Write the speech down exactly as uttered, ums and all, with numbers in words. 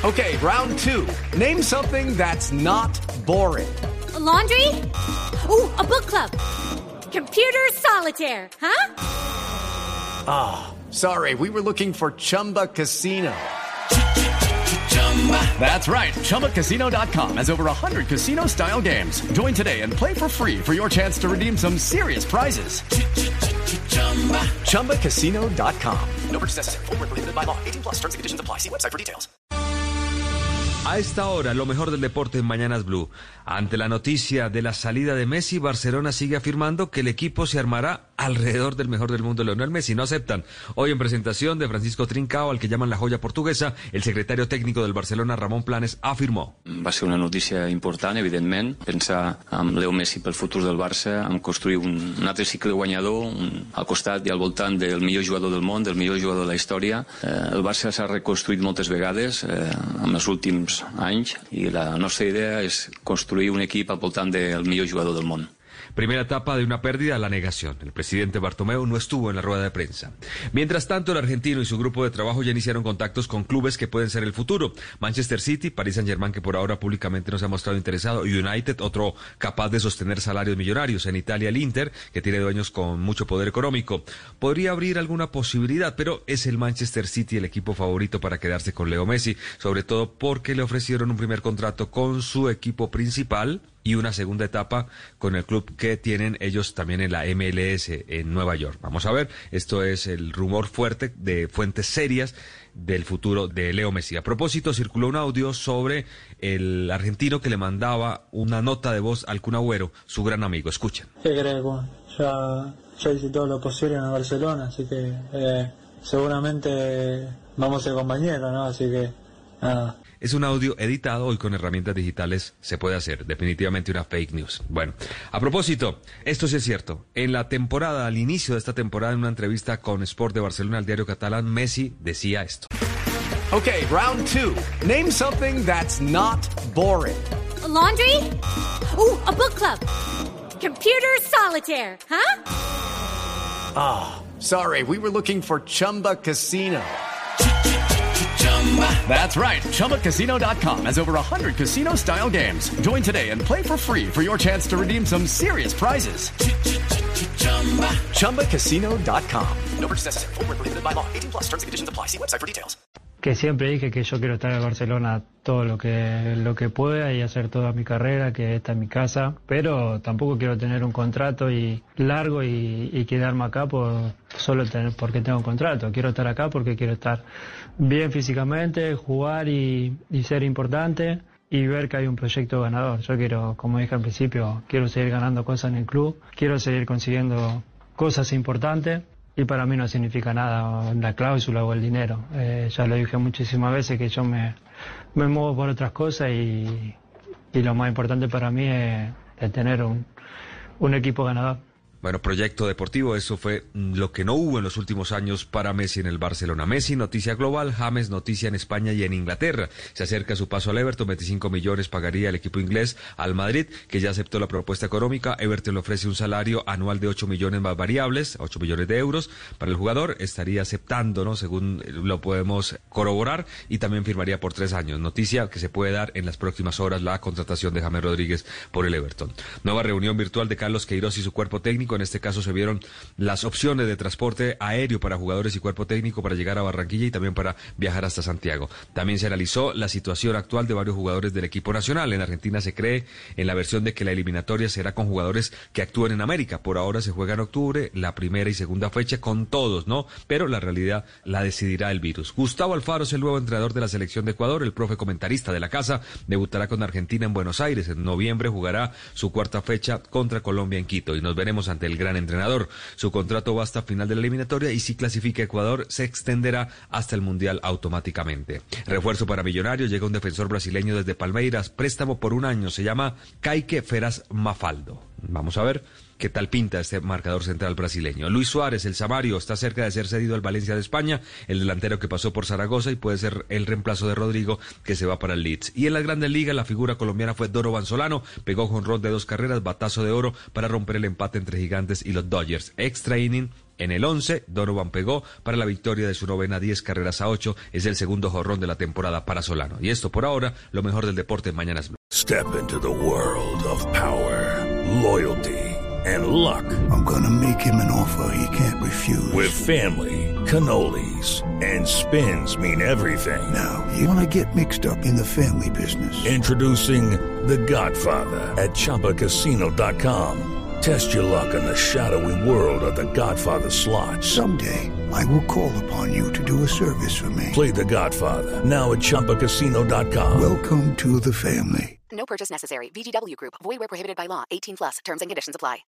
Okay, round two. Name something that's not boring. A laundry? Ooh, a book club. Computer solitaire, huh? Ah, oh, sorry, we were looking for Chumba Casino. That's right, Chumba Casino dot com has over one hundred casino-style games. Join today and play for free for your chance to redeem some serious prizes. Chumba Casino dot com. No purchase necessary. Void where prohibited by law. eighteen plus terms and conditions apply. See website for details. A esta hora, lo mejor del deporte en Mañanas Blue. Ante la noticia de la salida de Messi, Barcelona sigue afirmando que el equipo se armará alrededor del mejor del mundo, Lionel Messi. No aceptan. Hoy en presentación de Francisco Trincao, al que llaman la joya portuguesa, el secretario técnico del Barcelona, Ramon Planes, afirmó. Va ser una notícia important, evidentment. Pensar en Leo Messi pel futur del Barça, en construir un, un altre cicle guanyador, un, al costat i al voltant del millor jugador del món, del millor jugador de la història. Eh, el Barça s'ha reconstruït moltes vegades eh, en els últims anys i la nostra idea és construir un equip al voltant del millor jugador del món. Primera etapa de una pérdida, la negación. El presidente Bartomeu no estuvo en la rueda de prensa. Mientras tanto, el argentino y su grupo de trabajo ya iniciaron contactos con clubes que pueden ser el futuro. Manchester City, Paris Saint-Germain, que por ahora públicamente no se ha mostrado interesado, United, otro capaz de sostener salarios millonarios. En Italia, el Inter, que tiene dueños con mucho poder económico. Podría abrir alguna posibilidad, pero es el Manchester City el equipo favorito para quedarse con Leo Messi, sobre todo porque le ofrecieron un primer contrato con su equipo principal y una segunda etapa con el club que tienen ellos también en la M L S en Nueva York. Vamos a ver, esto es el rumor fuerte de fuentes serias del futuro de Leo Messi. A propósito, circuló un audio sobre el argentino que le mandaba una nota de voz al Kun Agüero, su gran amigo. Escuchen. ¿Qué crees, Kun? Ya, ya hice todo lo posible en el Barcelona, así que eh, seguramente vamos a ser compañeros, ¿no? Así que nada. Es un audio editado, hoy con herramientas digitales se puede hacer, definitivamente una fake news. Bueno, a propósito, esto sí es cierto, en la temporada, al inicio de esta temporada, en una entrevista con Sport de Barcelona, el diario catalán, Messi decía esto. Okay, round two. Name something that's not boring. A laundry? Ooh, a book club. Computer solitaire, huh? Ah, oh, sorry, we were looking for Chumba Casino. That's right, Chumba Casino dot com has over one hundred casino-style games. Join today and play for free for your chance to redeem some serious prizes. Chumba Casino dot com. No purchase necessary. Void where prohibited by law. eighteen plus terms and conditions apply. See website for details. Que siempre dije que yo quiero estar en Barcelona todo lo que lo que pueda y hacer toda mi carrera, que esta es mi casa, pero tampoco quiero tener un contrato y largo y, y quedarme acá por solo tener porque tengo un contrato. Quiero estar acá porque quiero estar bien físicamente, jugar y, y ser importante y ver que hay un proyecto ganador. Yo quiero, como dije al principio, quiero seguir ganando cosas en el club, quiero seguir consiguiendo cosas importantes. Y para mí no significa nada la cláusula o el dinero. Eh, ya lo dije muchísimas veces que yo me, me muevo por otras cosas y, y lo más importante para mí es, es tener un, un equipo ganador. Bueno, proyecto deportivo, eso fue lo que no hubo en los últimos años para Messi en el Barcelona. Messi, noticia global, James, noticia en España y en Inglaterra. Se acerca su paso al Everton, veinticinco millones pagaría el equipo inglés al Madrid, que ya aceptó la propuesta económica. Everton le ofrece un salario anual de ocho millones más variables, ocho millones de euros para el jugador. Estaría aceptando, ¿no? Según lo podemos corroborar, y también firmaría por tres años. Noticia que se puede dar en las próximas horas, la contratación de James Rodríguez por el Everton. Nueva reunión virtual de Carlos Queiroz y su cuerpo técnico. En este caso se vieron las opciones de transporte aéreo para jugadores y cuerpo técnico para llegar a Barranquilla y también para viajar hasta Santiago. También se analizó la situación actual de varios jugadores del equipo nacional. En Argentina se cree en la versión de que la eliminatoria será con jugadores que actúen en América. Por ahora se juega en octubre, la primera y segunda fecha con todos, ¿no? Pero la realidad la decidirá el virus. Gustavo Alfaro es el nuevo entrenador de la selección de Ecuador, el profe comentarista de la casa, debutará con Argentina en Buenos Aires. En noviembre jugará su cuarta fecha contra Colombia en Quito y nos veremos ante el gran entrenador. Su contrato va hasta final de la eliminatoria y si clasifica Ecuador se extenderá hasta el Mundial automáticamente. Refuerzo para Millonarios, llega un defensor brasileño desde Palmeiras, préstamo por un año, se llama Kaique Feras Mafaldo. Vamos a ver qué tal pinta este marcador central brasileño. Luis Suárez, el Samario, está cerca de ser cedido al Valencia de España, el delantero que pasó por Zaragoza y puede ser el reemplazo de Rodrigo, que se va para el Leeds. Y en las Grandes Ligas, la figura colombiana fue Doro Solano, pegó jonrón de dos carreras, batazo de oro para romper el empate entre Gigantes y los Dodgers. Extra inning En el once, Donovan pegó para la victoria de su novena, diez carreras a ocho. Es el segundo jonrón de la temporada para Solano. Y esto por ahora, lo mejor del deporte en Mañanas Blue. Step into the world of power, loyalty, and luck. I'm gonna make him an offer he can't refuse. With family, cannolis, and spins mean everything. Now, you wanna get mixed up in the family business. Introducing The Godfather at Chumba Casino dot com. Test your luck in the shadowy world of The Godfather slot. Someday, I will call upon you to do a service for me. Play The Godfather, now at Chumba Casino dot com. Welcome to the family. No purchase necessary. V G W Group. Void where prohibited by law. eighteen plus. Terms and conditions apply.